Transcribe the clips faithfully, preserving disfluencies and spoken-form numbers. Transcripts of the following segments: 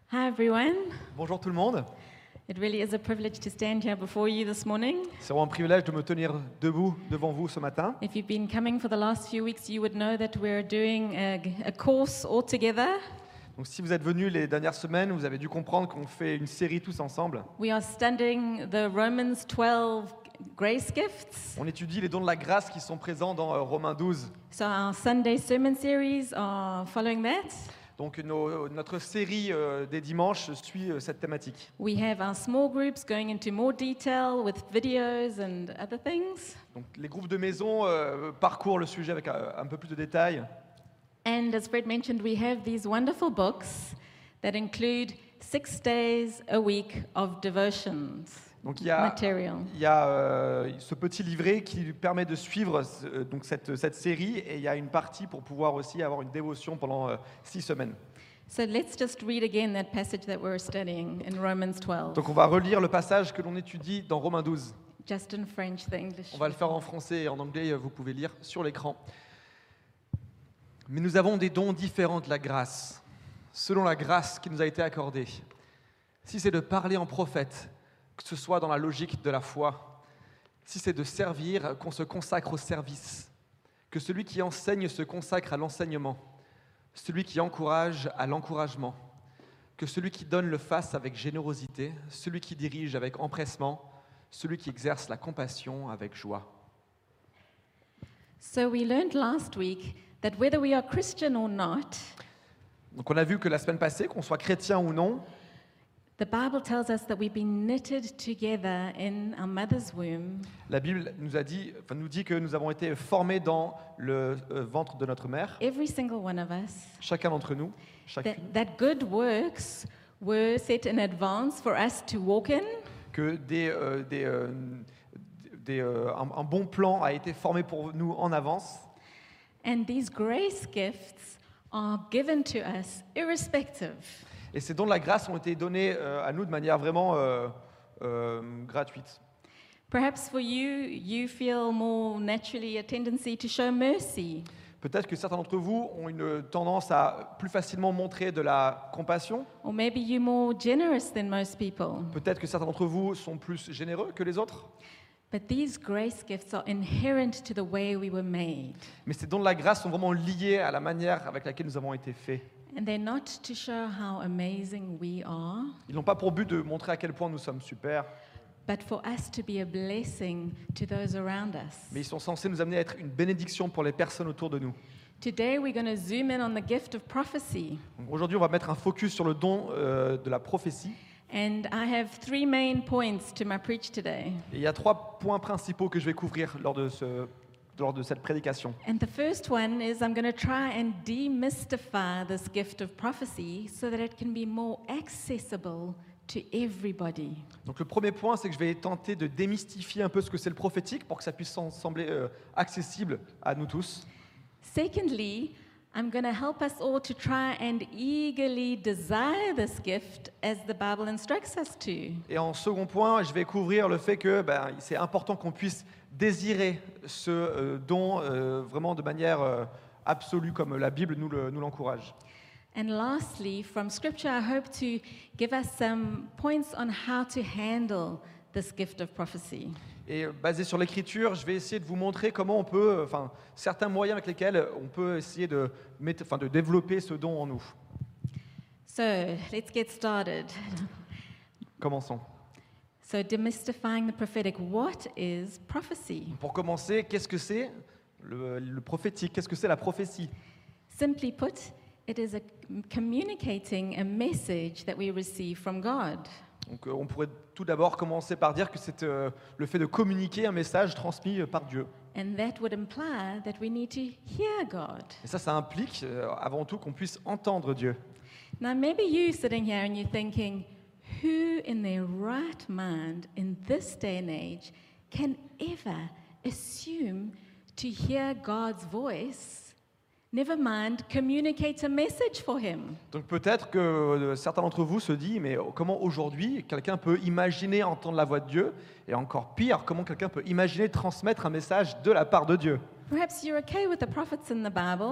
Hi everyone. Bonjour tout le monde. It really is a privilege to stand here before you this morning. C'est vraiment un privilège de me tenir debout devant vous ce matin. If you've been coming for the last few weeks, you would know that we're doing a, a course all together. Donc si vous êtes venus les dernières semaines, vous avez dû comprendre qu'on fait une série tous ensemble. We are studying the Romans twelve grace gifts. On étudie les dons de la grâce qui sont présents dans euh, Romains douze. So our Sunday sermon series are following that. Donc nos- notre série euh, des dimanches suit euh, cette thématique. We have our small groups going into more detail with videos and other things. Donc les groupes de maison euh, parcourent le sujet avec euh, un peu plus de détails. And as Fred mentioned, we have these wonderful books that include six days a week of devotions Donc il y a, material. il y a euh, ce petit livret qui lui permet de suivre euh, donc cette, cette série, et il y a une partie pour pouvoir aussi avoir une dévotion pendant euh, six semaines. So let's just read again that passage that we're studying in Romans twelve, Donc on va relire le passage que l'on étudie dans Romains douze. just in French, the English. On va le faire en français et en anglais, vous pouvez lire sur l'écran. Mais nous avons des dons différents de la grâce, selon la grâce qui nous a été accordée. Si c'est de parler en prophète, que ce soit dans la logique de la foi, si c'est de servir, qu'on se consacre au service, que celui qui enseigne se consacre à l'enseignement, celui qui encourage à l'encouragement, que celui qui donne le face avec générosité, celui qui dirige avec empressement, celui qui exerce la compassion avec joie. So we learned last week that whether we are Christian or not, Donc on a vu que la semaine passée, qu'on soit chrétien ou non, the Bible tells us that we've been knitted together in our mother's womb la Bible nous a dit, enfin, nous dit que nous avons été formés dans le euh, ventre de notre mère, every single one of us, chacun d'entre nous, that, chacune, that good works were set in advance for us to walk in, que des, euh, des, euh, des, euh, un, un bon plan a été formé pour nous en avance. and these grace gifts are given to us irrespective. Et ces dons de la grâce ont été donnés euh, à nous de manière vraiment euh, euh, gratuite. Perhaps for you, you feel more naturally a tendency to show mercy. Peut-être que certains d'entre vous ont une tendance à plus facilement montrer de la compassion. Or maybe you're more generous than most people. Peut-être que certains d'entre vous sont plus généreux que les autres. But these grace gifts are inherent to the way we were made. Mais ces dons de la grâce sont vraiment liés à la manière avec laquelle nous avons été faits. And they're not to show how amazing we are, Ils n'ont pas pour but de montrer à quel point nous sommes super, but for us to be a blessing to those around us. mais ils sont censés nous amener à être une bénédiction pour les personnes autour de nous. Today we're going to zoom in on the gift of prophecy. Donc aujourd'hui, on va mettre un focus sur le don euh, de la prophétie. And I have three main points to my preach today. Et il y a trois points principaux que je vais couvrir lors de, ce, lors de cette prédication. And the first one is I'm going to try and demystify this gift of prophecy so that it can be more accessible to everybody. Donc le premier point, c'est que je vais tenter de démystifier un peu ce que c'est le prophétique pour que ça puisse sem- sembler euh, accessible à nous tous. Secondly, I'm going to help us all to try and eagerly desire this gift as the Bible instructs us to. Et en second point, je vais couvrir le fait que ben, c'est important qu'on puisse désirer ce euh, don euh, vraiment de manière euh, absolue, comme la Bible nous, le- nous l'encourage. And lastly, from Scripture, I hope to give us some points on how to handle this gift of prophecy. Et euh, basé sur l'Écriture, je vais essayer de vous montrer comment on peut, euh, enfin, certains moyens avec lesquels on peut essayer de, mettre, enfin, de développer ce don en nous. So let's get started. Commençons. So, demystifying the prophetic, what is prophecy? Pour commencer, qu'est-ce que c'est le, le prophétique? Qu'est-ce que c'est la prophétie? Simply put, it is a communicating a message that we receive from God. Donc, euh, on pourrait tout d'abord commencer par dire que c'est euh, le fait de communiquer un message transmis euh, par Dieu. And that would imply that we need to hear God. Et ça, ça implique euh, avant tout qu'on puisse entendre Dieu. Now, maybe you sitting here and you're thinking, who in their right mind in this day and age can ever assume to hear God's voice, never mind communicate a message for him? Donc peut-être que euh, certains d'entre vous se disent, mais comment aujourd'hui quelqu'un peut imaginer entendre la voix de Dieu? Et encore pire, comment quelqu'un peut imaginer transmettre un message de la part de Dieu? Perhaps you're okay with the prophets in the Bible.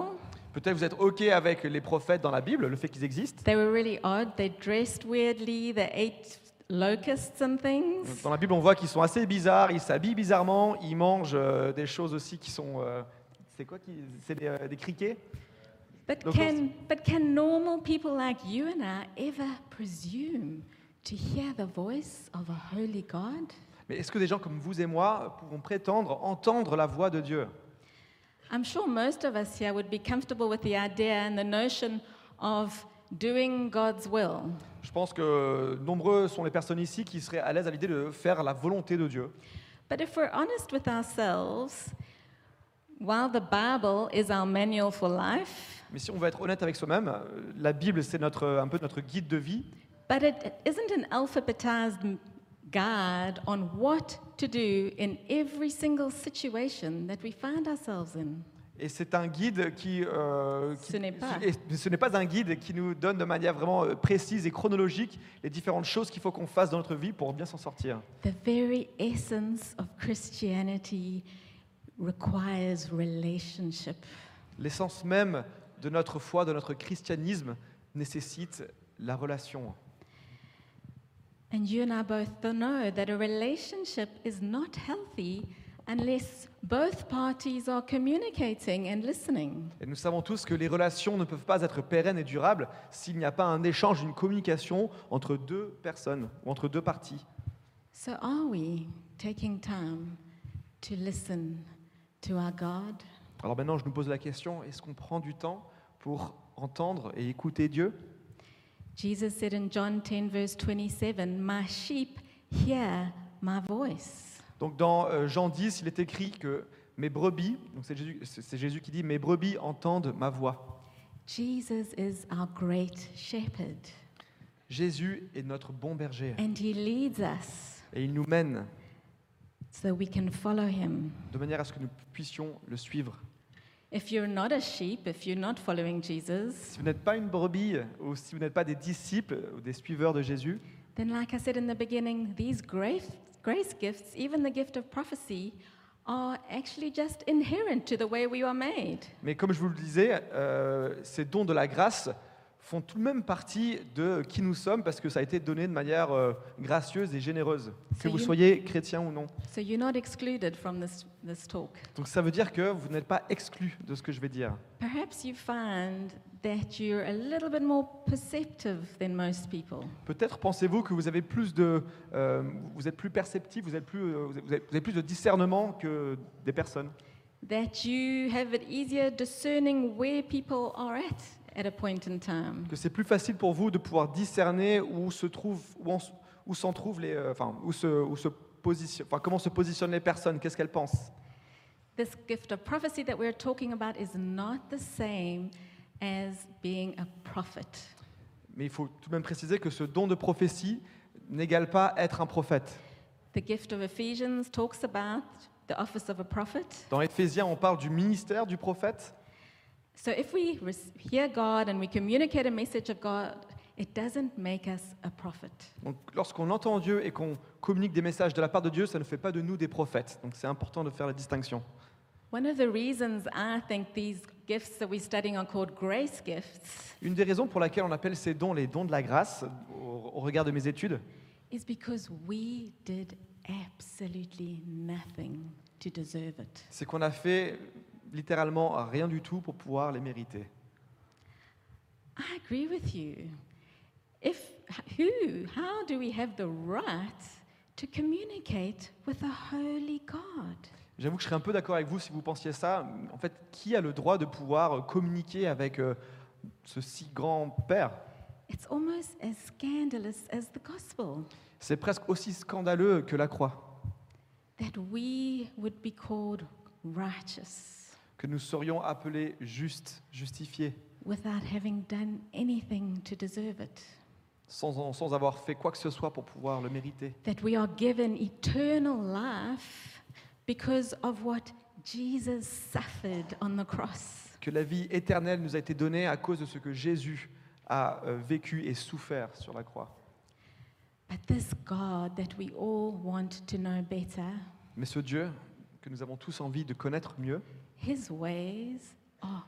Peut-être vous êtes OK avec les prophètes dans la Bible, le fait qu'ils existent. They were really odd. They dressed weirdly. They ate locusts and things. Dans la Bible, on voit qu'ils sont assez bizarres, ils s'habillent bizarrement, ils mangent euh, des choses aussi qui sont... euh, c'est quoi qui, C'est des, euh, des criquets. But Donc, can, but can normal people like you and I ever presume to hear the voice of a holy God? Mais est-ce que des gens comme vous et moi pouvons prétendre entendre la voix de Dieu? I'm sure most of us here would be comfortable with the idea and the notion of doing God's will. Je pense que nombreux sont les personnes ici qui seraient à l'aise à l'idée de faire la volonté de Dieu. But if we're honest with ourselves, while the Bible is our manual for life, Mais si on veut être honnête avec soi-même, euh, la Bible, c'est notre, un peu notre guide de vie, but it isn't an alphabetized m- guide on what to do in every single situation that we find ourselves in. et c'est un guide qui... euh, qui- Ce n'est pas. et ce n'est pas un guide qui nous donne de manière vraiment euh, précise et chronologique les différentes choses qu'il faut qu'on fasse dans notre vie pour bien s'en sortir. The very essence of Christianity requires relationship. L'essence même de notre foi, de notre christianisme, nécessite la relation. And you and I both know that a relationship is not healthy unless both parties are communicating and listening. Et nous savons tous que les relations ne peuvent pas être pérennes et durables s'il n'y a pas un échange, une communication entre deux personnes ou entre deux parties. So are we taking time to listen to our God? Alors maintenant, je nous pose la question, est-ce qu'on prend du temps pour entendre et écouter Dieu? Jesus said in John ten, verse twenty-seven, "My sheep hear my voice." Donc dans euh, Jean dix, il est écrit que mes brebis, donc c'est Jésus, c'est c'est Jésus qui dit, mes brebis entendent ma voix. Jesus is our great shepherd, Jésus est notre bon berger and he leads us et il nous mène so we can follow him. de manière à ce que nous puissions le suivre. If you're not a sheep, if you're not following Jesus, Si vous n'êtes pas une brebis ou si vous n'êtes pas des disciples ou des suiveurs de Jésus, then like I said in the beginning, these grace, grace gifts, even the gift of prophecy, are actually just inherent to the way we are made. mais comme je vous le disais, euh, ces dons de la grâce font tout de même partie de qui nous sommes parce que ça a été donné de manière euh, gracieuse et généreuse, que So vous you- soyez chrétien ou non. So you're not excluded from this, this talk. Donc ça veut dire que vous n'êtes pas exclus de ce que je vais dire. Perhaps you find that you're a little bit more perceptive than most people. Peut-être pensez-vous que vous avez plus de, euh, vous êtes plus perceptif, vous êtes plus, euh, vous avez, vous avez plus de discernement que des personnes. That you have it easier discerning where people are at at a point in time. Que c'est plus facile pour vous de pouvoir discerner où se trouve, où, en- où s'en trouvent les, euh, enfin, où se, où se position, enfin, comment se positionnent les personnes, qu'est-ce qu'elles pensent. This gift of prophecy that we're talking about is not the same as being a prophet. Mais il faut tout de même préciser que ce don de prophétie n'égale pas être un prophète. The gift of Ephesians talks about the office of a prophet. Dans Éphésiens, on parle du ministère du prophète. So if we res- hear God and we communicate a message of God, it doesn't make us a prophet. Donc, lorsqu'on entend Dieu et qu'on communique des messages de la part de Dieu, ça ne fait pas de nous des prophètes. Donc, c'est important de faire la distinction. One of the reasons I think these gifts that we're studying are called grace gifts Une des raisons pour laquelle on appelle ces dons les dons de la grâce, au, au regard de mes études, is because we did absolutely nothing to deserve it. c'est qu'on a fait littéralement rien du tout pour pouvoir les mériter. I agree with you. If who, how do we have the right to communicate with a holy God? J'avoue que je serais un peu d'accord avec vous si vous pensiez ça. En fait, qui a le droit de pouvoir communiquer avec euh, ce si grand Père? It's almost as scandalous as the gospel C'est presque aussi scandaleux que la croix, that we would be called righteous que nous serions appelés justes, justifiés, without having done anything to deserve it. sans, sans avoir fait quoi que ce soit pour pouvoir le mériter. That we are given eternal life because of what Jesus suffered on the cross. Que la vie éternelle nous a été donnée à cause de ce que Jésus a euh, vécu et souffert sur la croix. But this God that we all want to know better, Mais ce Dieu que nous avons tous envie de connaître mieux, his ways are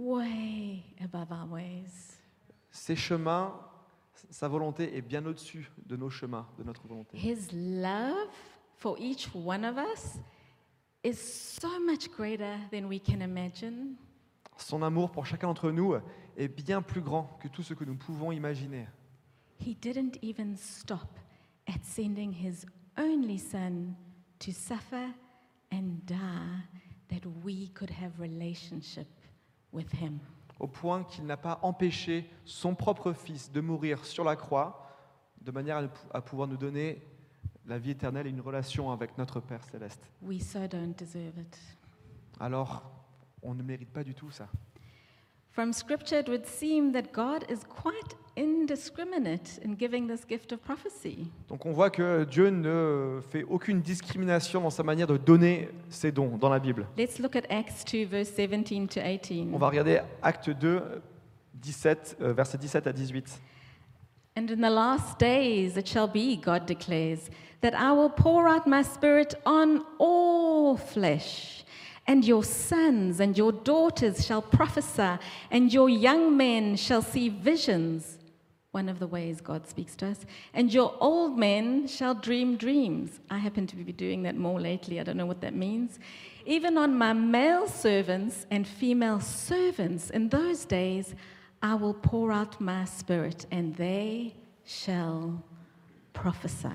way above our ways. Ses chemins, sa volonté est bien au-dessus de nos chemins, de notre volonté. His love for each one of us is so much greater than we can imagine. Son amour pour chacun d'entre nous est bien plus grand que tout ce que nous pouvons imaginer. He didn't even stop at sending his only son to suffer and die that we could have relationship with him. Au point qu'il n'a pas empêché son propre fils de mourir sur la croix, de manière à, nous- à pouvoir nous donner la vie éternelle et une relation avec notre Père céleste. We so don't deserve it. Alors, on ne mérite pas du tout ça. From Scripture, it would seem that God is quite indiscriminate in giving this gift of prophecy. Donc on voit que Dieu ne fait aucune discrimination dans sa manière de donner ses dons dans la Bible. Let's look at Acts two, verse seventeen to eighteen. On va regarder Acte deux, dix-sept, euh, versets dix-sept à dix-huit. And in the last days it shall be, God declares, that I will pour out my spirit on all flesh. And your sons and your daughters shall prophesy, and your young men shall see visions. One of the ways God speaks to us. And your old men shall dream dreams. I happen to be doing that more lately. I don't know what that means. Even on my male servants and female servants in those days, I will pour out my spirit, and they shall prophesy.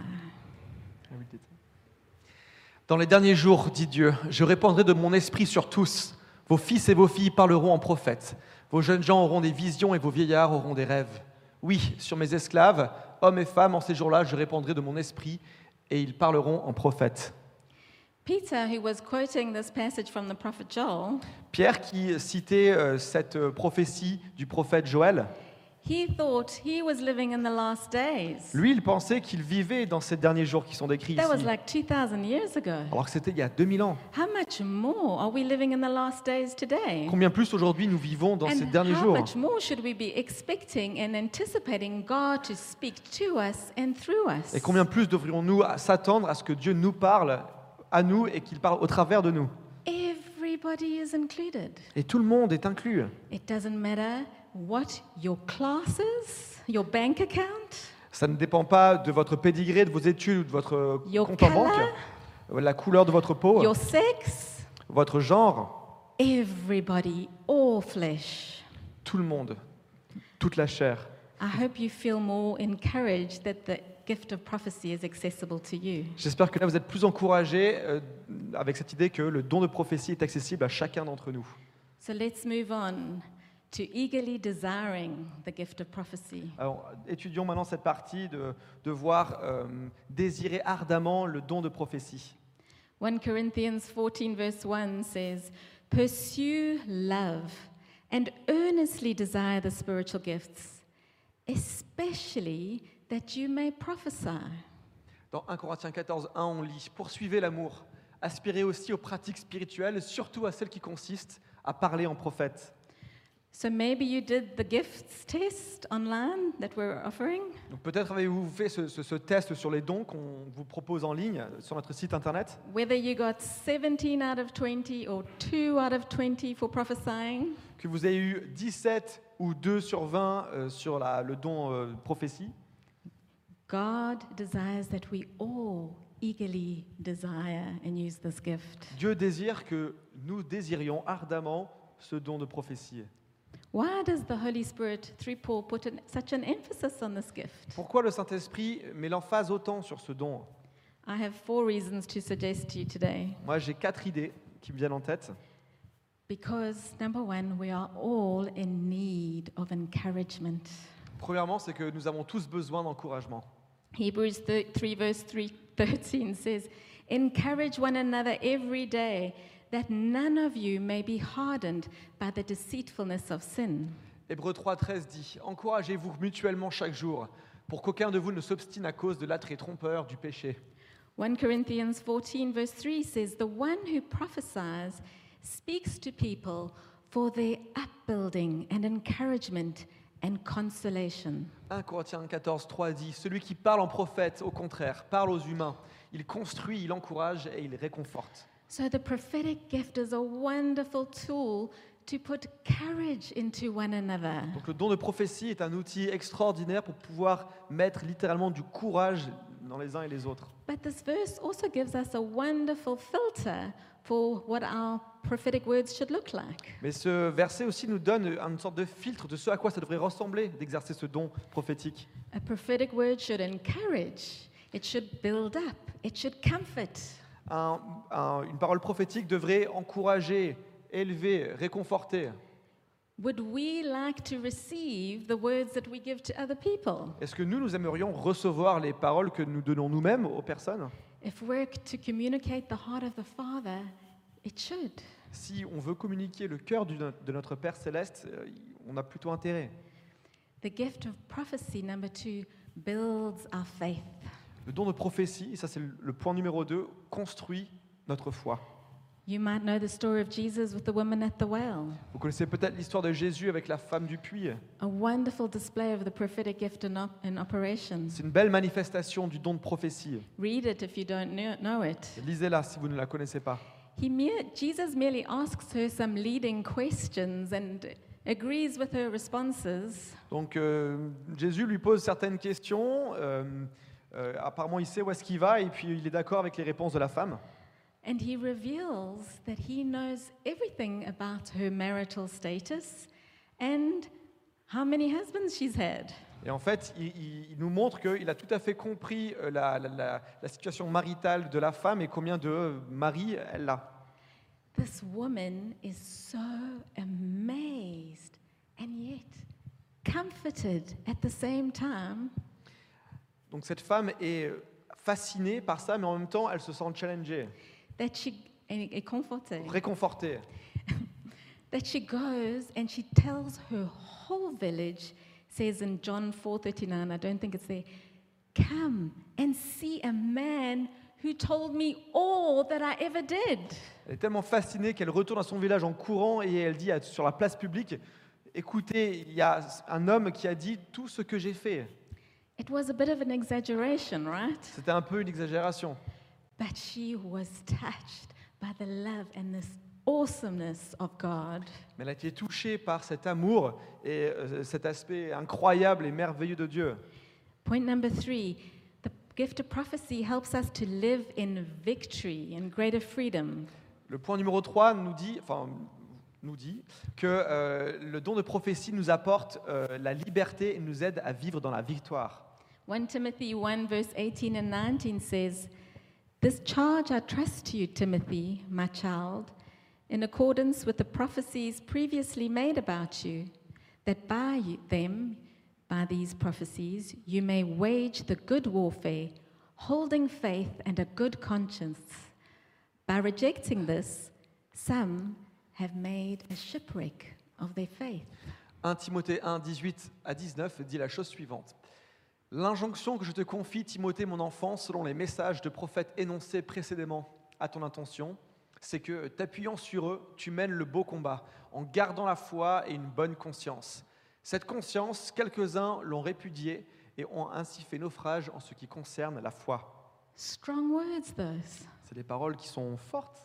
Dans les derniers jours, dit Dieu, je répandrai de mon esprit sur tous. Vos fils et vos filles parleront en prophètes. Vos jeunes gens auront des visions et vos vieillards auront des rêves. Oui, sur mes esclaves, hommes et femmes, en ces jours-là, je répandrai de mon esprit et ils parleront en prophètes. Peter, who was quoting this passage from the prophet Joel, Pierre, qui citait euh, cette euh, prophétie du prophète Joël, he thought he was living in the last days. lui, il pensait qu'il vivait dans ces derniers jours qui sont décrits That was ici, like two thousand years ago. alors que c'était il y a deux mille ans. How much more are we living in the last days today? Combien plus aujourd'hui nous vivons dans ces And derniers how jours? much more should we be expecting and anticipating God to speak to us and through us? Et combien plus devrions-nous s'attendre à ce que Dieu nous parle à nous et qu'il parle au travers de nous? Everybody is included. Et tout le monde est inclus. It doesn't matter what your class is, your bank account, Ça ne dépend pas de votre pédigré, de vos études ou de votre Your compte en color. banque, la couleur de votre peau, your sex, votre genre, everybody, all flesh. tout le monde, toute la chair. I hope you feel more encouraged that the gift of prophecy is accessible to you. J'espère que là vous êtes plus encouragés euh, avec cette idée que le don de prophétie est accessible à chacun d'entre nous. So let's move on to eagerly desiring the gift of prophecy. Alors, étudions maintenant cette partie de devoir euh, désirer ardemment le don de prophétie. First Corinthians fourteen verse one says, "Pursue love and earnestly desire the spiritual gifts, especially that you may prophesy." Dans un Corinthiens quatorze, un, on lit « Poursuivez l'amour, aspirez aussi aux pratiques spirituelles, surtout à celles qui consistent à parler en prophète. » So maybe you did the gifts test online that we're offering. Donc peut-être avez-vous fait ce, ce- ce test sur les dons qu'on vous propose en ligne sur notre site internet. Whether you got seventeen out of twenty or two out of twenty for prophesying, Que vous ayez eu dix-sept ou deux sur vingt euh, sur la- le don euh, prophétie, God desires that we all eagerly desire and use this gift. Dieu désire que nous désirions ardemment ce don de prophétie. Why does the Holy Spirit, through Paul, put an, such an emphasis on this gift? Pourquoi le Saint-Esprit met l'emphase autant sur ce don? I have four reasons to suggest to you today. Moi, j'ai quatre idées qui me viennent en tête. Because, number one, we are all in need of encouragement. Premièrement, c'est que nous avons tous besoin d'encouragement. Hebrews three, verse three, thirteen says, "Encourage one another every day, that none of you may be hardened by the deceitfulness of sin." Hébreux trois, treize dit « Encouragez-vous mutuellement chaque jour, pour qu'aucun de vous ne s'obstine à cause de l'attrait trompeur du péché. » First Corinthians fourteen, verse three says, "The one who prophesies speaks to people for their upbuilding and encouragement and consolation." un Corinthiens quatorze, trois dit « Celui qui parle en prophète, au contraire, parle aux humains. Il construit, il encourage et il réconforte. » So the prophetic gift is a wonderful tool to put courage into one another. Donc le don de prophétie est un outil extraordinaire pour pouvoir mettre littéralement du courage dans les uns et les autres. But this verse also gives us a wonderful filter for what our prophetic words should look like. Mais ce verset aussi nous donne une sorte de filtre de ce à quoi ça devrait ressembler d'exercer ce don prophétique. A prophetic word should encourage, it should build up, it should comfort. Un- un- une parole prophétique devrait encourager, élever, réconforter. Would we like to receive the words that we give to other people? Est-ce que nous, nous aimerions recevoir les paroles que nous donnons nous-mêmes aux personnes? If we're to communicate the heart of the Father, it should. Si on veut communiquer le cœur du- de notre Père céleste, euh, on a plutôt intérêt. The gift of prophecy, number two, builds our faith. Le don de prophétie, et ça c'est le- le point numéro deux, construit notre foi. You might know the story of Jesus with the woman at the well. Vous connaissez peut-être l'histoire de Jésus avec la femme du puits. A wonderful display of the prophetic gift in, op- in operation. C'est une belle manifestation du don de prophétie. Read it if you don't kno- know it. Lisez-la si vous ne la connaissez pas. He mere, Jesus merely asks her some leading questions and agrees with her responses. Donc euh, Jésus lui pose certaines questions. euh, euh, apparemment, il sait où est-ce qu'il va et puis il est d'accord avec les réponses de la femme. And he reveals that he knows everything about her marital status and how many husbands she's had. Et en fait, il, il- il nous montre qu'il a tout à fait compris euh, la, la- la- la situation maritale de la femme et combien de maris elle a. This woman is so amazed and yet comforted at the same time. Donc cette femme est fascinée par ça, mais en même temps, elle se sent challengée, That she et, et confortée. réconfortée. That she goes and she tells her whole village, says in John four thirty-nine, I don't think it's there, come and see a man who told me all that I ever did. Elle est tellement fascinée qu'elle retourne à son village en courant et elle dit à- sur la place publique, écoutez, il y a un homme qui a dit tout ce que j'ai fait. It was a bit of an exaggeration, right? C'était un peu une exagération. But she was touched by the love and this awesomeness of God. Mais elle a été touchée par cet amour et euh, cet aspect incroyable et merveilleux de Dieu. Point number three, the gift of prophecy helps us to live in victory and greater freedom. Le point numéro trois nous dit, enfin, nous dit que euh, le don de prophétie nous apporte euh, la liberté et nous aide à vivre dans la victoire. First Timothy one verse eighteen and nineteen says, "This charge I trust to you, Timothy, my child, in accordance with the prophecies previously made about you, that by you- them, by these prophecies, you may wage the good warfare, holding faith and a good conscience. By rejecting this, some have made a shipwreck of their faith." un Timothée un, dix-huit à dix-neuf dit la chose suivante. L'injonction que je te confie, Timothée, mon enfant, selon les messages de prophètes énoncés précédemment à ton intention, c'est que, t'appuyant sur eux, tu mènes le beau combat, en gardant la foi et une bonne conscience. Cette conscience, quelques-uns l'ont répudiée et ont ainsi fait naufrage en ce qui concerne la foi. Strong words, those. C'est des paroles qui sont fortes.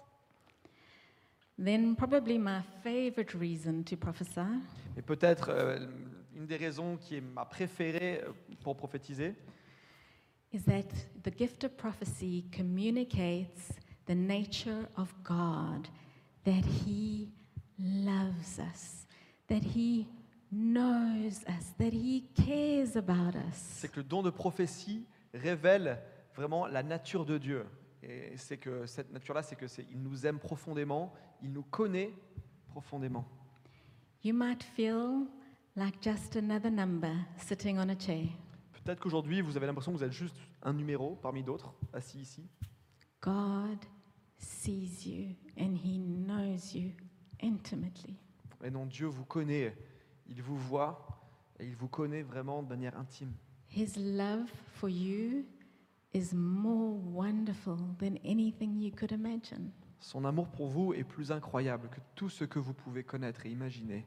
Then, probably my favorite reason to prophesy Mais peut-être euh, une des raisons qui est ma préférée euh, pour prophétiser, is that the gift of prophecy communicates the nature of God, that He loves us, that He knows us, that He cares about us. c'est que le don de prophétie révèle vraiment la nature de Dieu. Et c'est que cette nature-là, c'est que c'est, il nous aime profondément, il nous connaît profondément. You might feel like just another number sitting on a chair. Peut-être qu'aujourd'hui, vous avez l'impression que vous êtes juste un numéro parmi d'autres, assis ici. God sees you and He knows you intimately. Et non, Dieu vous connaît, il vous voit et il vous connaît vraiment de manière intime. His love for you is more wonderful than anything you could imagine. Son amour pour vous est plus incroyable que tout ce que vous pouvez connaître et imaginer.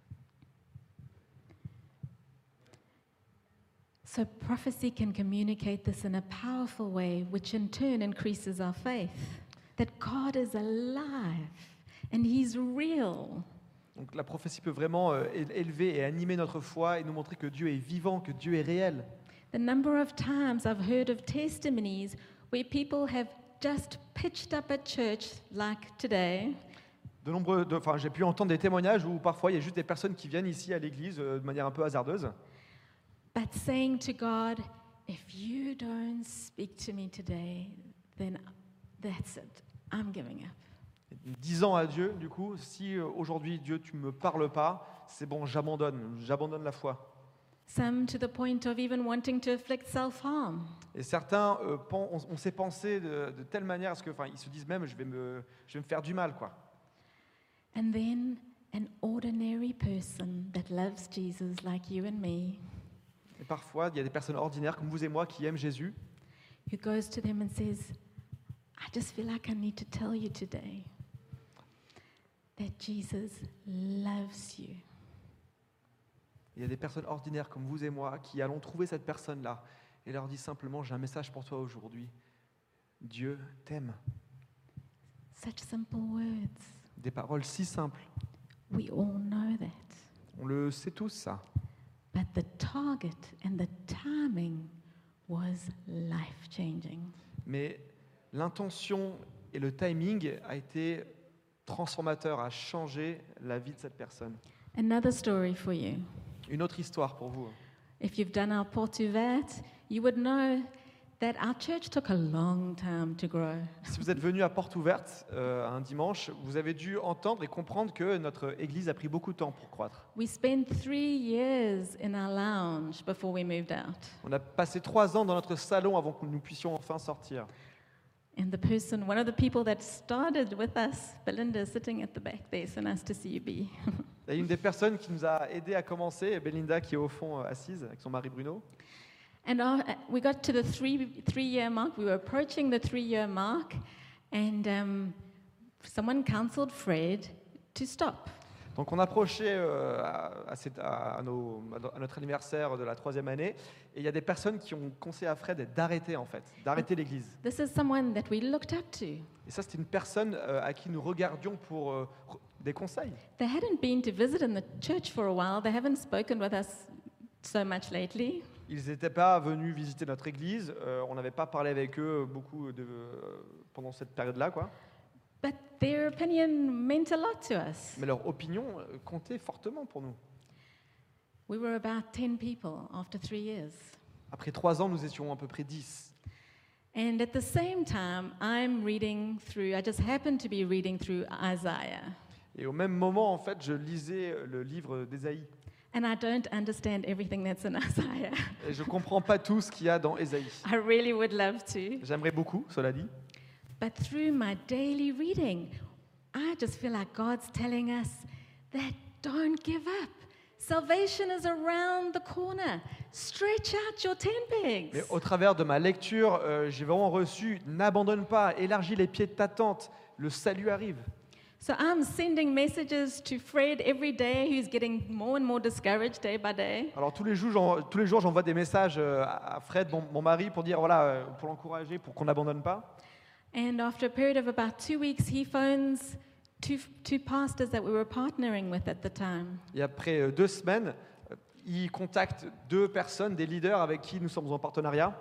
So prophecy can communicate this in a powerful way, which in turn increases our faith that God is alive and He's real. Donc la prophétie peut vraiment euh, é- élever et animer notre foi et nous montrer que Dieu est vivant, que Dieu est réel. The number of times I've heard of testimonies where people have just pitched up at church like today, De nombreux, de- enfin, j'ai pu entendre des témoignages où parfois il y a juste des personnes qui viennent ici à l'église euh, de manière un peu hasardeuse, but saying to God, if you don't speak to me today, then that's it. I'm giving up. disant à Dieu, du coup, si euh, aujourd'hui Dieu tu me parles pas, c'est bon, j'abandonne, j'abandonne la foi. Some to the point of even wanting to inflict self-harm. Et certains, euh, pen- on, on s'est pensé de, de telle manière, parce que, enfin, ils se disent même, je vais me, je vais me faire du mal, quoi. And then an ordinary person that loves Jesus like you and me, Et parfois, il y a des personnes ordinaires comme vous et moi qui aiment Jésus, who goes to them and says, I just feel like I need to tell you today that Jesus loves you. il y a des personnes ordinaires comme vous et moi qui allons trouver cette personne-là et leur dit simplement, j'ai un message pour toi aujourd'hui. Dieu t'aime. Such simple words. Des paroles si simples. We all know that. On le sait tous, ça. But the target and the timing was life-changing. Mais l'intention et le timing a été transformateur, a changé la vie de cette personne. Another story for you. Une autre histoire pour vous. If you've done our Portuvat, you would know that our church took a long time to grow. Si vous êtes venu à Porte Ouverte euh, un dimanche, vous avez dû entendre et comprendre que notre église a pris beaucoup de temps pour croître. We spent three years in our lounge before we moved out. On a passé trois ans dans notre salon avant que nous puissions enfin sortir. And the person, one of the people that started with us, Belinda, is sitting at the back there. So nice to see you, B. Il y a une des personnes qui nous a aidés à commencer, Belinda, qui est au fond euh, assise avec son mari Bruno. And our, we got to the three, three-year mark. We were approaching the three-year mark, and um, someone counseled Fred to stop. Donc on approchait euh, à, à cette- à- à nos- à notre anniversaire de la troisième année, et il y a des personnes qui ont conseillé à Fred d'arrêter en fait, d'arrêter l'église. This is someone that we looked up to. Et ça, c'était une personne euh, à qui nous regardions pour euh, re- des conseils. They hadn't been to visit in the church for a while. They haven't spoken with us so much lately. Ils n'étaient pas venus visiter notre église, euh, on n'avait pas parlé avec eux beaucoup de, euh, pendant cette période-là, quoi. But their opinion meant a lot to us. Mais leur opinion euh, comptait fortement pour nous. We were about ten people after three years. Après trois ans, nous étions à peu près dix. And at the same time, I'm reading through, I just happened to be reading through Isaiah. Et au même moment, en fait, je lisais le livre d'Ésaïe. And I don't understand everything that's in Isaiah. Et je ne comprends pas tout ce qu'il y a dans Ésaïe. I really would love to. J'aimerais beaucoup, cela dit. But through my daily reading, I just feel like God's telling us that don't give up. Salvation is around the corner. Stretch out your tent Mais pegs. au travers de ma lecture, euh, j'ai vraiment reçu « N'abandonne pas, élargis les pieds de ta tente, le salut arrive ». So I'm sending messages to Fred every day, who's getting more and more discouraged day by day. Alors tous les jours, j'en- tous les jours, j'envoie des messages euh, à Fred, mon, mon mari, pour dire voilà, euh, pour l'encourager, pour qu'on n'abandonne pas. And after a period of about two weeks, he phones two, two pastors that we were partnering with at the time. Et après euh, deux semaines, euh, il contacte deux personnes, des leaders avec qui nous sommes en partenariat,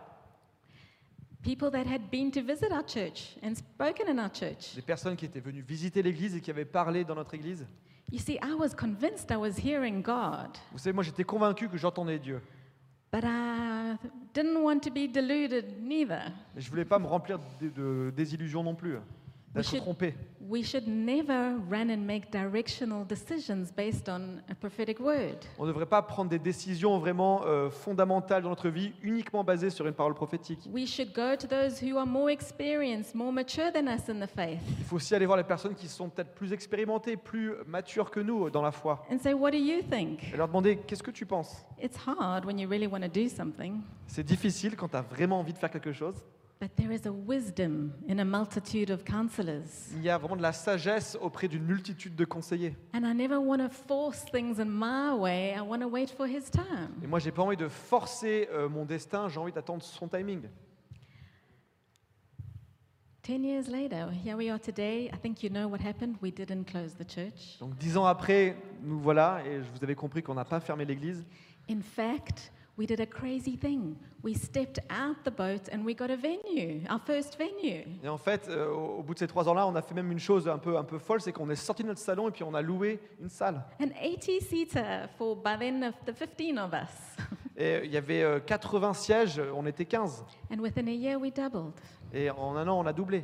People that had been to visit our church and spoken in our church. des personnes qui étaient venues visiter l'église et qui avaient parlé dans notre église. You see, I was convinced I was hearing God, Vous savez, moi j'étais convaincu que j'entendais Dieu, but I didn't want to be deluded neither. mais je voulais pas me remplir de, de désillusions non plus, d'être should- trompé. We should never run and make directional decisions based on a prophetic word. On ne devrait pas prendre des décisions vraiment euh, fondamentales dans notre vie uniquement basées sur une parole prophétique. We should go to those who are more experienced, more mature than us in the faith, Il faut aussi aller voir les personnes qui sont peut-être plus expérimentées, plus matures que nous dans la foi, and say, what do you think? et leur demander qu'est-ce que tu penses. It's hard when you really want to do something, C'est difficile quand tu as vraiment envie de faire quelque chose. but there is a wisdom in a multitude of counselors. Il y a vraiment de la sagesse auprès d'une multitude de conseillers. And I never want to force things in my way. I want to wait for his time. Et moi, j'ai pas envie de forcer euh, mon destin, j'ai envie d'attendre son timing. Ten years later, here we are today. I think you know what happened. We didn't close the church. Donc dix ans après, nous voilà, et vous avez compris qu'on n'a pas fermé l'église. In fact, we did a crazy thing. We stepped out the boat and we got a venue, our first venue. Et en fait, euh, au, au bout de ces trois ans-là, on a fait même une chose un peu, un peu folle, c'est qu'on est sorti de notre salon et puis on a loué une salle. An eighty-seater for, by then, of the fifteen of us. Et il y avait euh, quatre-vingts sièges, on était quinze. And within a year, we doubled. Et en un an, on a doublé.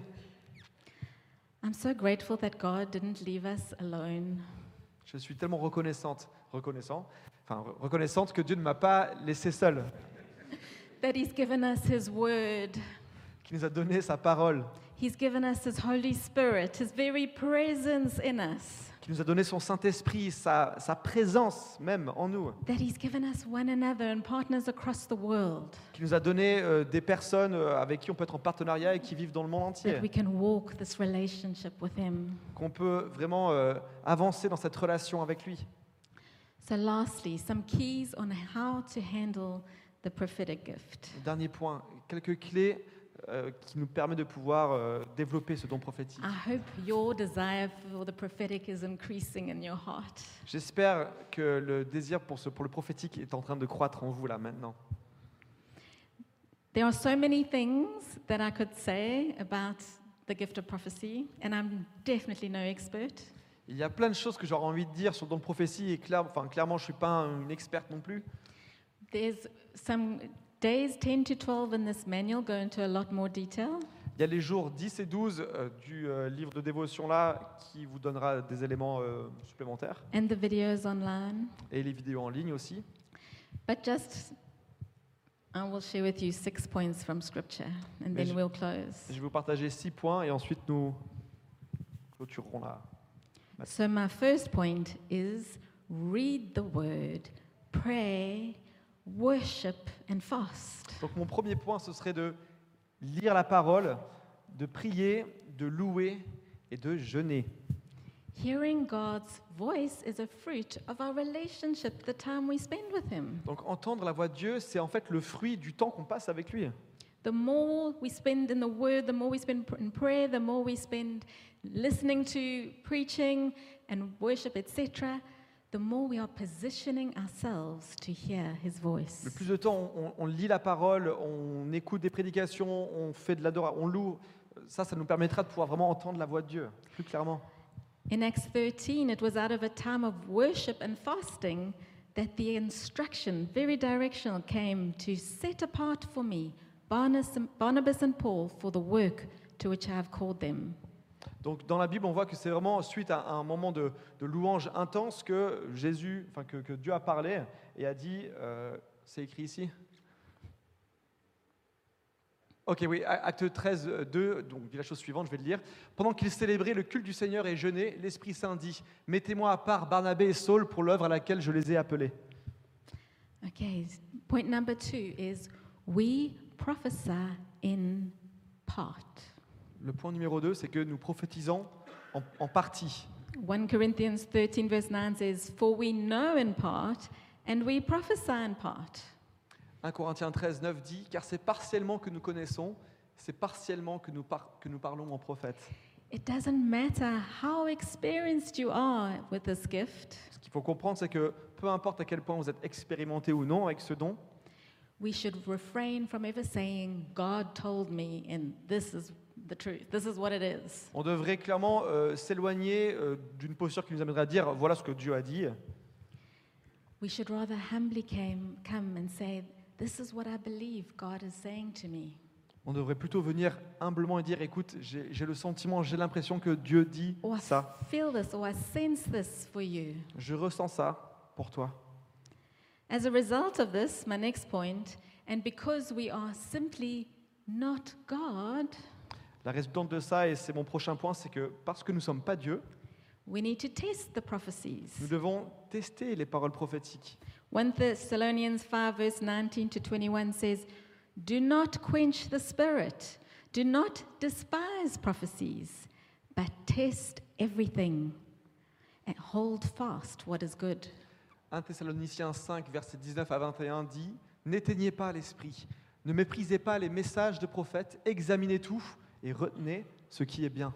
I'm so grateful that God didn't leave us alone. Je suis tellement reconnaissante, reconnaissant, enfin, reconnaissante que Dieu ne m'a pas laissé seul, That He's given us His Word. qu'il nous a donné sa parole, He's given us His Holy Spirit, His very presence in us. qu'il nous a donné son Saint-Esprit, sa, sa présence même en nous, That He's given us one another and partners across the world. qu'il nous a donné euh, des personnes euh, avec qui on peut être en partenariat et qui vivent dans le monde entier, That we can walk this relationship with Him. qu'on peut vraiment euh, avancer dans cette relation avec lui. So, lastly, some keys on how to handle the prophetic gift. Dernier point, quelques clés euh, qui nous permettent de pouvoir euh, développer ce don prophétique. I hope your desire for the prophetic is increasing in your heart. J'espère que le désir pour, ce, pour le prophétique est en train de croître en vous là maintenant. There are so many things that I could say about the gift of prophecy, and I'm definitely no expert. Il y a plein de choses que j'aurais envie de dire sur le don de prophétie et clair, enfin, clairement je ne suis pas une experte non plus. There's some days ten to twelve in this manual go into a lot more detail. Il y a les jours dix et douze euh, du euh, livre de dévotion là qui vous donnera des éléments euh, supplémentaires And the videos online. et les vidéos en ligne aussi. But just, I will share with you six points from Scripture, and Mais then je- we'll close. Je vais vous partager six points et ensuite nous clôturerons là. So my first point is read the Word, pray, worship, and fast. Donc mon premier point ce serait de lire la parole, de prier, de louer et de jeûner. Hearing God's voice is a fruit of our relationship, the time we spend with Him. Donc entendre la voix de Dieu, c'est en fait le fruit du temps qu'on passe avec lui. The more we spend in the Word, the more we spend in prayer, the more we spend listening to preaching and worship, et cetera, the more we are positioning ourselves to hear His voice. Le plus de temps, on, on lit la parole, on écoute des prédications, on fait de l'adoration, on loue. Ça, ça nous permettra de pouvoir vraiment entendre la voix de Dieu plus clairement. In Acts thirteen, it was out of a time of worship and fasting that the instruction, very directional, came to set apart for me Barnabas Barnabas and Paul for the work to which I have called them. Donc dans la Bible, on voit que c'est vraiment suite à un moment de, de louange intense que Jésus, enfin que, que Dieu a parlé et a dit, euh, c'est écrit ici. Ok, oui, acte treize, deux, donc dit la chose suivante, je vais le lire. Pendant qu'ils célébraient le culte du Seigneur et jeûnaient, l'Esprit Saint dit, mettez-moi à part Barnabé et Saul pour l'œuvre à laquelle je les ai appelés. Okay, point number two is we prophesy in part. Le point numéro deux, c'est que nous prophétisons en, en partie. First Corinthians thirteen verse nine says, For we know in part, and we prophesy in part. un Corinthiens treize, neuf dit, car c'est partiellement que nous connaissons, c'est partiellement que nous, par- que nous parlons en prophète. It doesn't matter how experienced you are with this gift, Ce qu'il faut comprendre, c'est que peu importe à quel point vous êtes expérimenté ou non avec ce don, we should refrain from ever saying, God told me, and this is the truth. This is what it is. on devrait clairement euh, s'éloigner euh, d'une posture qui nous amènerait à dire, voilà ce que Dieu a dit. We should rather humbly came, come and say, this is what I believe God is saying to me. On devrait plutôt venir humblement et dire, écoute, j'ai, j'ai le sentiment, j'ai l'impression que Dieu dit Or I ça. feel this, or I sense this for you. Je ressens ça pour toi. As a result of this, my next point, and because we are simply not God, La résultante de ça, et c'est mon prochain point, c'est que parce que nous ne sommes pas Dieu, we need to test the prophecies. nous devons tester les paroles prophétiques. First Thessalonians five, verse nineteen to twenty-one says, Do not quench the spirit, do not despise prophecies, but test everything and hold fast what is good. un Thessaloniciens cinq, versets dix-neuf à vingt et un dit, n'éteignez pas l'esprit, ne méprisez pas les messages de prophètes, examinez tout et retenez ce qui est bien.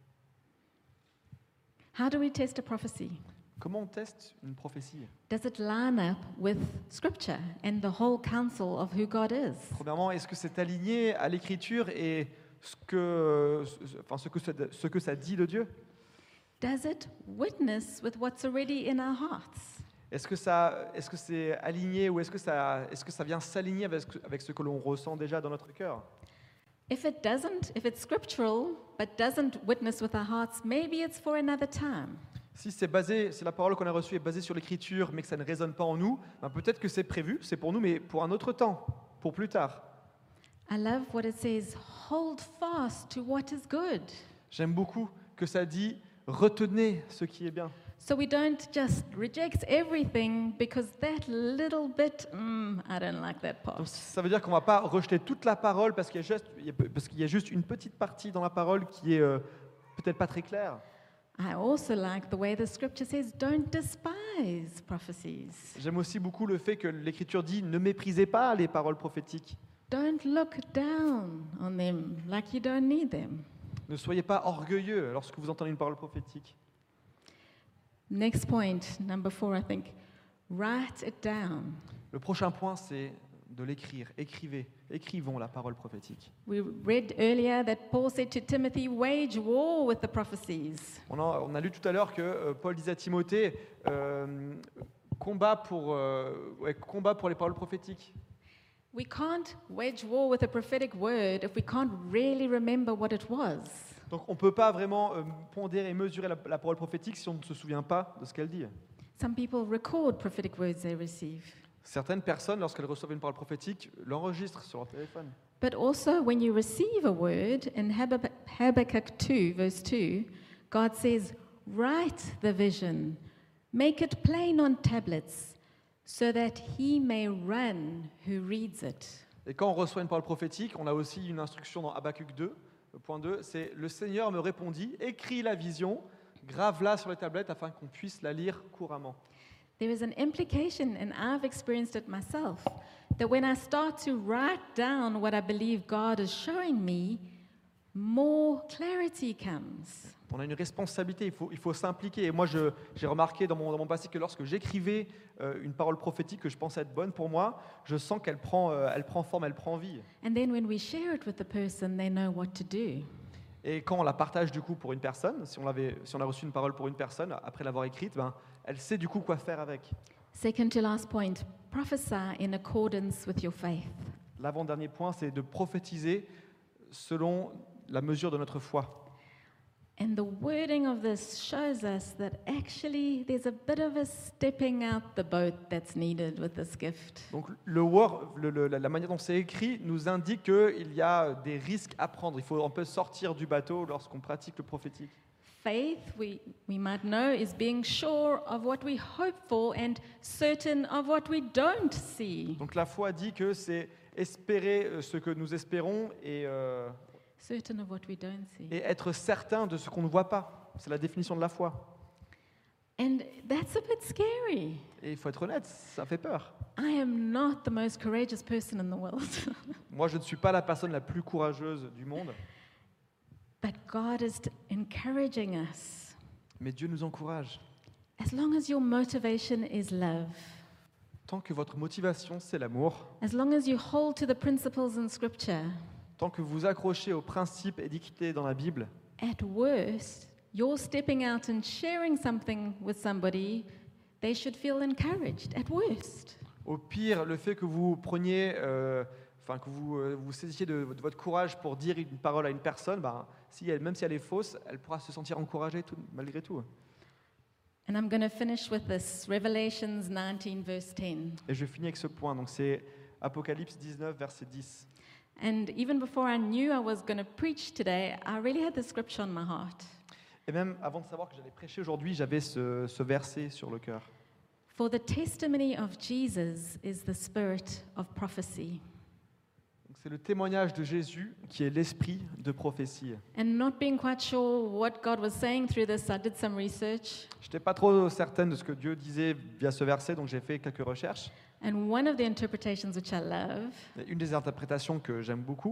How do we test a prophecy? Comment on teste une prophétie? Does it line up with Scripture and the whole counsel of who God is? Premièrement, est-ce que c'est aligné à l'Écriture et ce que, enfin, ce que, ça, ce que ça dit de Dieu? Does it witness with what's already in our hearts? Est-ce que, ça, est-ce que c'est aligné ou est-ce que ça, est-ce que ça vient s'aligner avec, ce- avec ce que l'on ressent déjà dans notre cœur? If it doesn't, if it's scriptural but doesn't witness with our hearts, maybe it's for another time. Si c'est basé, si la parole qu'on a reçue est basée sur l'Écriture, mais que ça ne résonne pas en nous, ben peut-être que c'est prévu, c'est pour nous, mais pour un autre temps, pour plus tard. I love what it says, hold fast to what is good. J'aime beaucoup que ça dit retenez ce qui est bien. So we don't just reject everything because that little bit, mm, I don't like that part. Donc, ça veut dire qu'on ne va pas rejeter toute la parole parce qu'il y a juste, il y a- parce qu'il y a juste une petite partie dans la parole qui est euh, peut-être pas très claire. I also like the way the scripture says, don't despise prophecies. J'aime aussi beaucoup le fait que l'Écriture dit ne méprisez pas les paroles prophétiques. Don't look down on them like you don't need them. Ne soyez pas orgueilleux lorsque vous entendez une parole prophétique. Next point, number four, I think. Write it down. Le prochain point, c'est de l'écrire. Écrivez, écrivons la parole prophétique. We read earlier that Paul said to Timothy, wage war with the prophecies. On a, on a lu tout à l'heure que euh, Paul disait à Timothée, euh, combat, pour, euh, ouais, combat pour les paroles prophétiques. We can't wage war with a prophetic word if we can't really remember what it was. Donc on ne peut pas vraiment euh, pondérer et mesurer la, la parole prophétique si on ne se souvient pas de ce qu'elle dit. Some people record prophetic words they receive. Certaines personnes, lorsqu'elles reçoivent une parole prophétique, l'enregistrent sur leur téléphone. But also, when you receive a word, in Habab- Habakkuk two, verse two, God says, write the vision, make it plain on tablets, so that he may run who reads it. Et quand on reçoit une parole prophétique, on a aussi une instruction dans Habakkuk deux, le point deux, c'est « Le Seigneur me répondit, écris la vision, grave-la sur les tablettes afin qu'on puisse la lire couramment. » There is an implication, and I've experienced it myself, that when I start to write down what I believe God is showing me, more clarity comes. On a une responsabilité, il faut, il faut s'impliquer. Et moi, je- j'ai remarqué dans mon, dans mon passé que lorsque j'écrivais euh, une parole prophétique que je pensais être bonne pour moi, je sens qu'elle prend, euh, elle prend forme, elle prend vie. And then when we share it with the person, they know what to do. Et quand on la partage du coup pour une personne, si on, l'avait, si on a reçu une parole pour une personne, après l'avoir écrite, ben, elle sait du coup quoi faire avec. Second to last point, prophesy in accordance with your faith. L'avant-dernier point, c'est de prophétiser selon la mesure de notre foi. And the wording of this shows us that actually there's a bit of a stepping out the boat that's needed with this gift. Donc le word, le- le- la manière dont c'est écrit nous indique qu'il y a des risques à prendre. Il faut un peu sortir du bateau lorsqu'on pratique le prophétique. Faith, we, we might know, is being sure of what we hope for and certain of what we don't see. Donc la foi dit que c'est espérer euh, ce que nous espérons et, euh, Certain of what we don't see. et être certain de ce qu'on ne voit pas. C'est la définition de la foi. And that's a bit scary. Et il faut être honnête, ça fait peur. I am not the most courageous person in the world. Moi, je ne suis pas la personne la plus courageuse du monde, But God is t- encouraging us. mais Dieu nous encourage. As long as your motivation is love, Tant que votre motivation, c'est l'amour, as long as you hold to the principles in Scripture, tant que vous accrochez aux principes édictés dans la Bible, at worst, you're stepping out and sharing something with somebody, they should feel encouraged, at worst. au pire, le fait que vous preniez, euh, enfin que vous euh, vous saisissiez de, de votre courage pour dire une parole à une personne, ben, si elle, même si elle est fausse, elle pourra se sentir encouragée tout- malgré tout. And I'm going to finish with this Revelations nineteen, verse ten. Et je finis avec ce point, donc c'est Apocalypse dix-neuf, verset dix. And even before I knew I was going to preach today, I really had the scripture on my heart. Et même avant de savoir que j'allais prêcher aujourd'hui, j'avais ce, ce verset sur le cœur. For the testimony of Jesus is the spirit of prophecy. Donc, c'est le témoignage de Jésus qui est l'esprit de prophétie. And not being quite sure what God was saying through this, I did some research. Je n'étais pas trop certaine de ce que Dieu disait via ce verset, donc j'ai fait quelques recherches. And one of the interpretations which I love Et une des interprétations que j'aime beaucoup,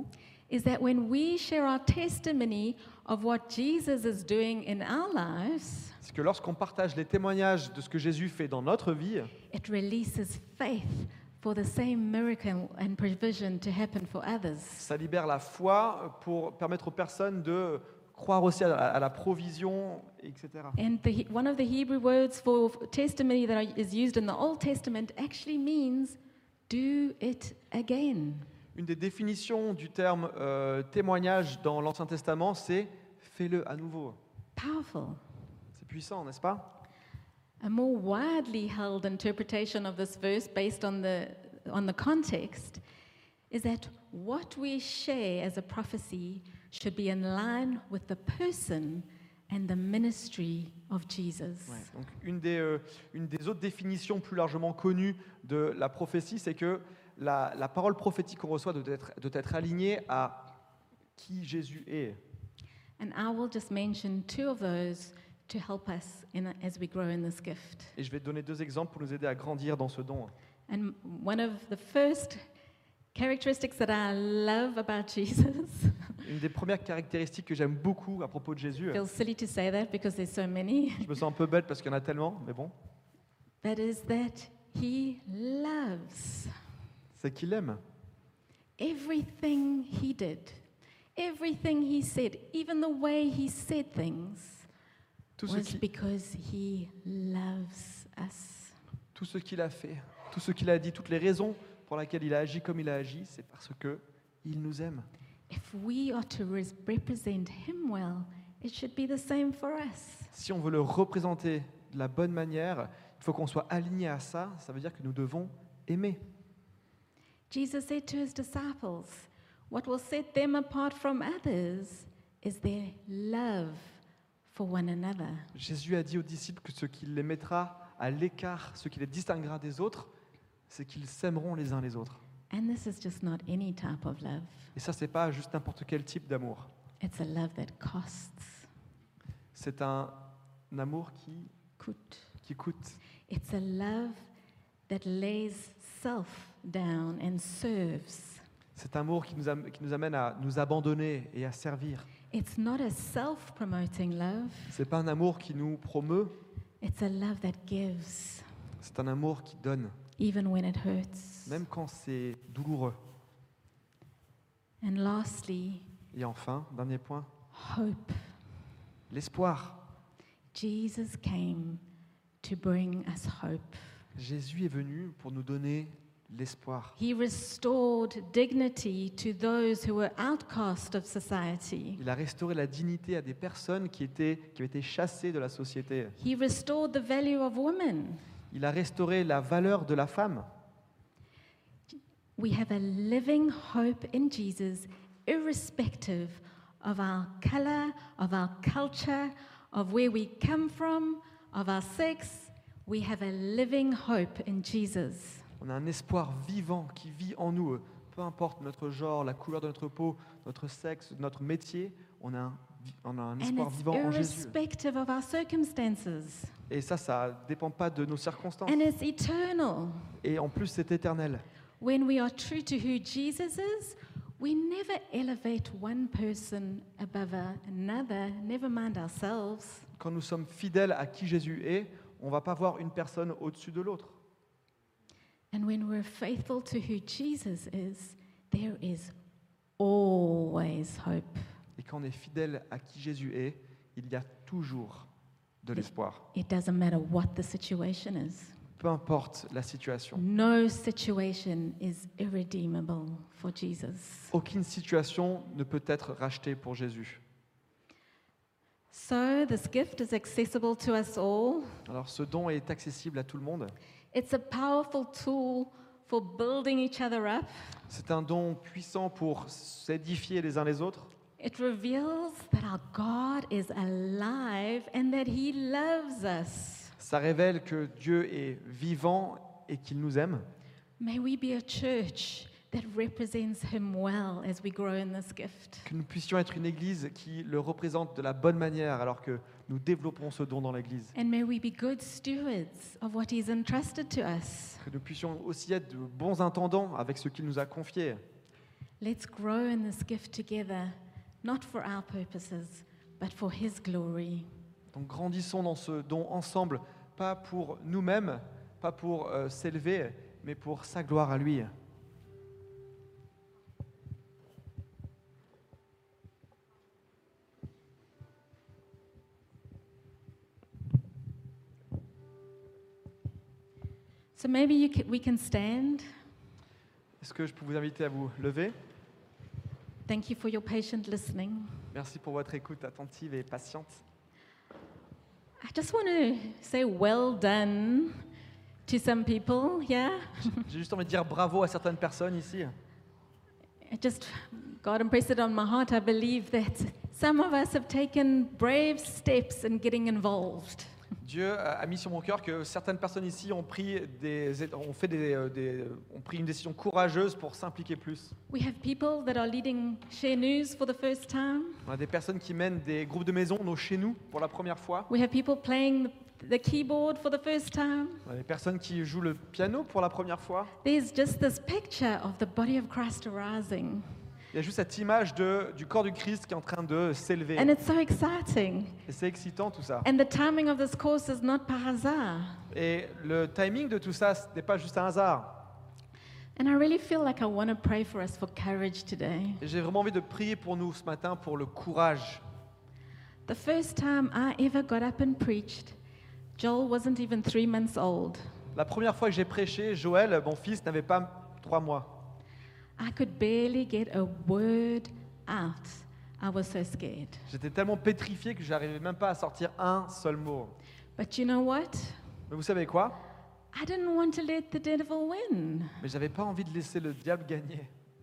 is that when we share our testimony of what Jesus is doing in our lives, c'est que lorsqu'on partage les témoignages de ce que Jésus fait dans notre vie, it releases faith for the same miracle and provision to happen for others. ça libère la foi pour permettre aux personnes de croire aussi à la, à la provision, et cetera. And the, one of the Hebrew words for testimony that is used in the Old Testament actually means do it again. Une des définitions du terme euh, témoignage dans l'Ancien Testament, c'est fais-le à nouveau. Powerful. C'est puissant, n'est-ce pas? A more widely held interpretation of this verse based on the, on the context is that what we share as a prophecy should be in line with the person and the ministry of Jesus. Ouais, donc une des, euh, une des autres définitions plus largement connues de la prophétie, c'est que la, la parole prophétique qu'on reçoit doit être, doit être alignée à qui Jésus est. And I will just mention two of those to help us in, as we grow in this gift. Et je vais te donner deux exemples pour nous aider à grandir dans ce don. And one of the first characteristics that I love about Jesus, Une des premières caractéristiques que j'aime beaucoup à propos de Jésus, feels silly to say that because there's so many, je me sens un peu bête parce qu'il y en a tellement, mais bon, that is that he loves c'est qu'il aime. everything he did, everything he said, even the way he said things, Tout ce was qui- because he loves us. Tout ce qu'il a fait, tout ce qu'il a dit, toutes les raisons pour lesquelles il a agi comme il a agi, c'est parce que il nous aime. If we are to res- represent him well, it should be the same for us. Si on veut le représenter de la bonne manière, il faut qu'on soit aligné à ça. Ça veut dire que nous devons aimer. Jesus said to his disciples, what will set them apart from others is their love for one another. Jésus a dit aux disciples que ce qui les mettra à l'écart, ce qui les distinguera des autres, c'est qu'ils s'aimeront les uns les autres. And this is just not any type of love. Et ça, c'est pas juste n'importe quel type d'amour. It's a love that costs. C'est un, un amour qui, Coûte. qui coûte. It's a love that lays self down and serves. C'est un amour qui nous, am- qui nous amène à nous abandonner et à servir. It's not a self-promoting love. C'est pas un amour qui nous promeut, It's a love that gives, c'est un amour qui donne, even when it hurts. même quand c'est douloureux. And lastly, Et enfin, dernier point, hope. l'espoir. Jesus came to bring us hope. Jésus est venu pour nous donner l'espoir. He restored dignity to those who were outcast of society. Il a restauré la dignité à des personnes qui, étaient, qui avaient été chassées de la société. He restored the value of women. Il a restauré la valeur de la femme. We have a living hope in Jesus, irrespective of our color, of our culture, of where we come from, of our sex. We have a living hope in Jesus. On a un espoir vivant qui vit en nous. Peu importe notre genre, la couleur de notre peau, notre sexe, notre métier, on a un, vi- on a un And espoir it's vivant en Jésus. irrespective of our circumstances. Et ça, ça ne dépend pas de nos circonstances. And it's eternal. Et en plus, c'est éternel. When we are true to who Jesus is, we never elevate one person above another, never mind ourselves. Quand nous sommes fidèles à qui Jésus est, on ne va pas voir une personne au-dessus de l'autre. And when we're faithful to who Jesus is, there is always hope. Et quand on est fidèle à qui Jésus est, il y a toujours de l'espoir. It doesn't matter what the situation is. Peu importe la situation. No situation is irredeemable for Jesus. Aucune situation ne peut être rachetée pour Jésus. So this gift is accessible to us all. Alors ce don est accessible à tout le monde. It's a powerful tool for building each other up. C'est un don puissant pour s'édifier les uns les autres. It reveals that our God is alive and that He loves us. Ça révèle que Dieu est vivant et qu'il nous aime. May we be a church that represents Him well as we grow in this gift. Que nous puissions être une église qui le représente de la bonne manière alors que nous développons ce don dans l'église. And may we be good stewards of what He's entrusted to us. Que nous puissions aussi être de bons intendants avec ce qu'il nous a confié. Let's grow in this gift together, not for our purposes, but for His glory. Donc grandissons dans ce don ensemble, pas pour nous-mêmes, pas pour euh, s'élever, mais pour sa gloire à lui. So maybe you ca- we can stand. Est-ce que je peux vous inviter à vous lever? Thank you for your patient listening. Merci pour votre écoute attentive et patiente. I just want to say well done to some people here. J'ai juste envie de dire bravo à certaines personnes ici. It just, God impressed it on my heart. I believe that some of us have taken brave steps in getting involved. Dieu a mis sur mon cœur que certaines personnes ici ont pris, des, ont fait des, euh, des- ont pris une décision courageuse pour s'impliquer plus. We have people that are leading Share News for the first time. On a des personnes qui mènent des groupes de maison, nos chez nous, pour la première fois. We have people playing the keyboard for the first time. On a des personnes qui jouent le piano pour la première fois. There's just this picture of the body of Christ arising. Il y a juste cette image de, du corps du Christ qui est en train de s'élever. And it's so exciting. Et c'est excitant tout ça. And the timing of this course is not par hasard. Et le timing de tout ça, ce n'est pas juste un hasard. And I really feel like I want to pray for us for courage today. Et j'ai vraiment envie de prier pour nous ce matin pour le courage. The first time I ever got up and preached, Joel wasn't even three months old. La première fois que j'ai prêché, Joël, mon fils, n'avait pas trois mois. I could barely get a word out. I was so scared. J'étais tellement pétrifié que j'arrivais même pas à sortir un seul mot. But you know what? Mais vous savez quoi? I didn't want to let the devil win. Mais j'avais pas envie de laisser le diable gagner.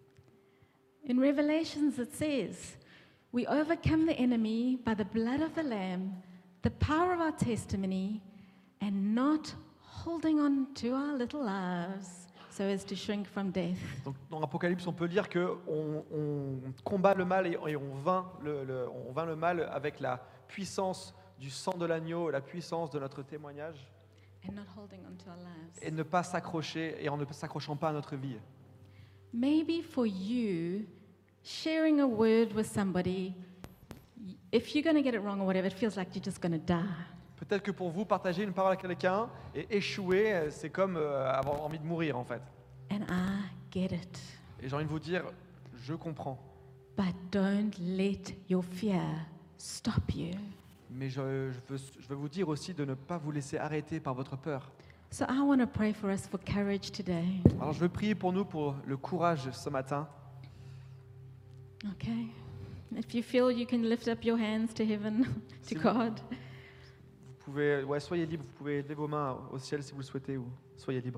In Revelations it says, we overcome the enemy by the blood of the Lamb, the power of our testimony, and not holding on to our little lives so as to shrink from death. Donc, dans l'Apocalypse, on peut lire que on, on combat le mal et, et on, vainc le, le- on vainc le mal avec la puissance du sang de l'agneau, la puissance de notre témoignage, And not holding on to our lives. et ne pas s'accrocher et en ne s'accrochant pas à notre vie. Maybe for you, sharing a word with somebody, y- if you're going to get it wrong or whatever, it feels like you're just going to die. Peut-être que pour vous, partager une parole à quelqu'un et échouer, euh, c'est comme euh, avoir envie de mourir en fait. And I get it. Et j'ai envie de vous dire, je comprends, But don't let your fear stop you. mais je, je veux, je veux vous dire aussi de ne pas vous laisser arrêter par votre peur. So I want to pray for us for courage today. Alors je veux prier pour nous pour le courage ce matin. Okay? If you feel you can lift up your hands to heaven, Si to vous- God. Vous pouvez, ouais, soyez libre, vous pouvez lever vos mains au ciel si vous le souhaitez, ou soyez libre.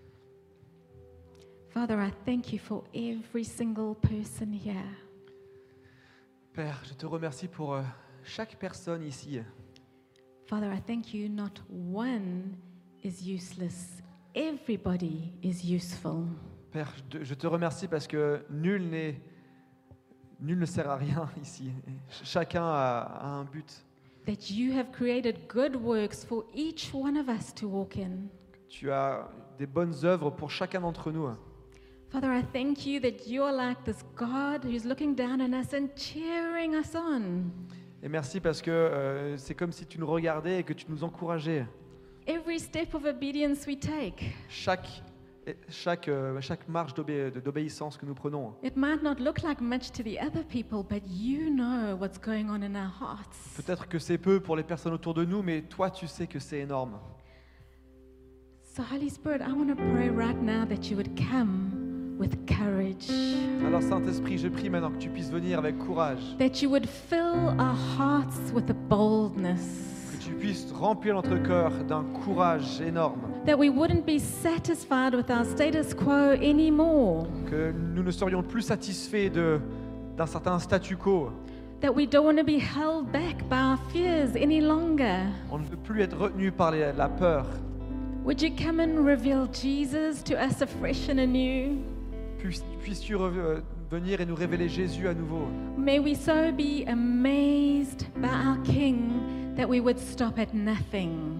Father, I thank you for every single person here. Père, je te remercie pour euh, chaque personne ici. Father, I thank you not one is useless. Everybody is useful. Père, je te, je te remercie parce que nul n'est, nul ne sert à rien ici. Ch- Chacun a, a un but. That you have created good works for each one of us to walk in. Tu as des bonnes œuvres pour chacun d'entre nous. Father, I thank you that you are like this God who's looking down on us and cheering us on. Et merci parce que euh, c'est comme si tu nous regardais et que tu nous encourageais. Every step of obedience we take, Chaque, chaque, euh, chaque marche d'obé- de- d'obéissance que nous prenons. it might not look like much to the other people, but you know what's going on in our hearts. Peut-être que c'est peu pour les personnes autour de nous, mais toi tu sais que c'est énorme. So, Holy Spirit, I want to pray right now that you would come with courage, Alors Saint-Esprit, je prie maintenant que tu puisses venir avec courage, that you would fill our hearts with a boldness, que tu puisses remplir notre cœur d'un courage énorme, that we wouldn't be satisfied with our status quo anymore, que nous ne serions plus satisfaits de, d'un certain statu quo. that we don't want to be held back by our fears any longer. On ne peut plus être retenu par les- la peur. Would you come and reveal Jesus to us afresh and anew? Puis- Puisses-tu re- euh, venir et nous révéler Jésus à nouveau. May we so be amazed by our King that we would stop at nothing.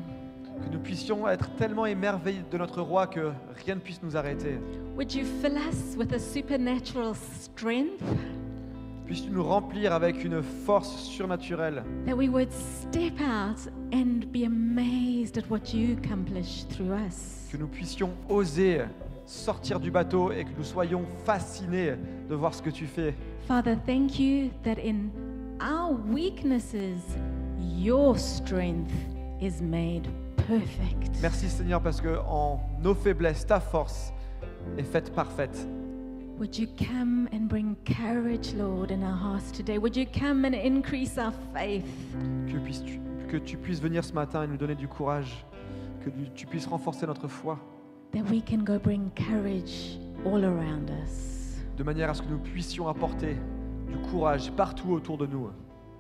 Que nous puissions être tellement émerveillés de notre roi que rien ne puisse nous arrêter. Would you fill us with a supernatural strength Puisses-tu nous remplir avec une force surnaturelle, that we would step out and be amazed at what you accomplish through us? que nous puissions oser sortir du bateau et que nous soyons fascinés de voir ce que tu fais. Father, thank you that in our weaknesses, your strength is made perfect. Merci Seigneur parce que en nos faiblesses, ta force est faite parfaite. Would you come and bring courage, Lord, in our hearts today? Would you come and increase our faith? Que, puisses-tu- que tu puisses venir ce matin et nous donner du courage, que tu, tu puisses renforcer notre foi, That we can go bring courage all around us. de manière à ce que nous puissions apporter du courage partout autour de nous.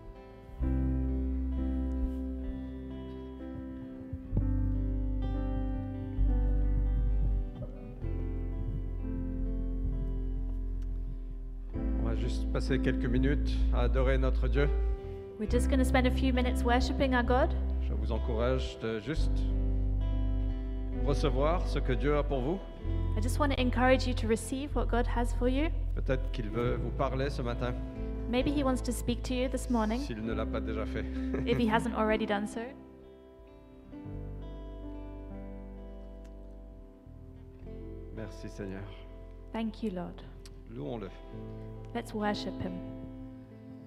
On va juste passer quelques minutes à adorer notre Dieu. We're just going to spend a few minutes worshiping our God. Je vous encourage de juste recevoir ce que Dieu a pour vous. I just want to encourage you to receive what God has for you. Peut-être qu'il veut vous parler ce matin, Maybe He wants to speak to you this morning, s'il ne l'a pas déjà fait. if He hasn't already done so. Merci Seigneur. Thank you, Lord. Louons-le. Let's worship Him.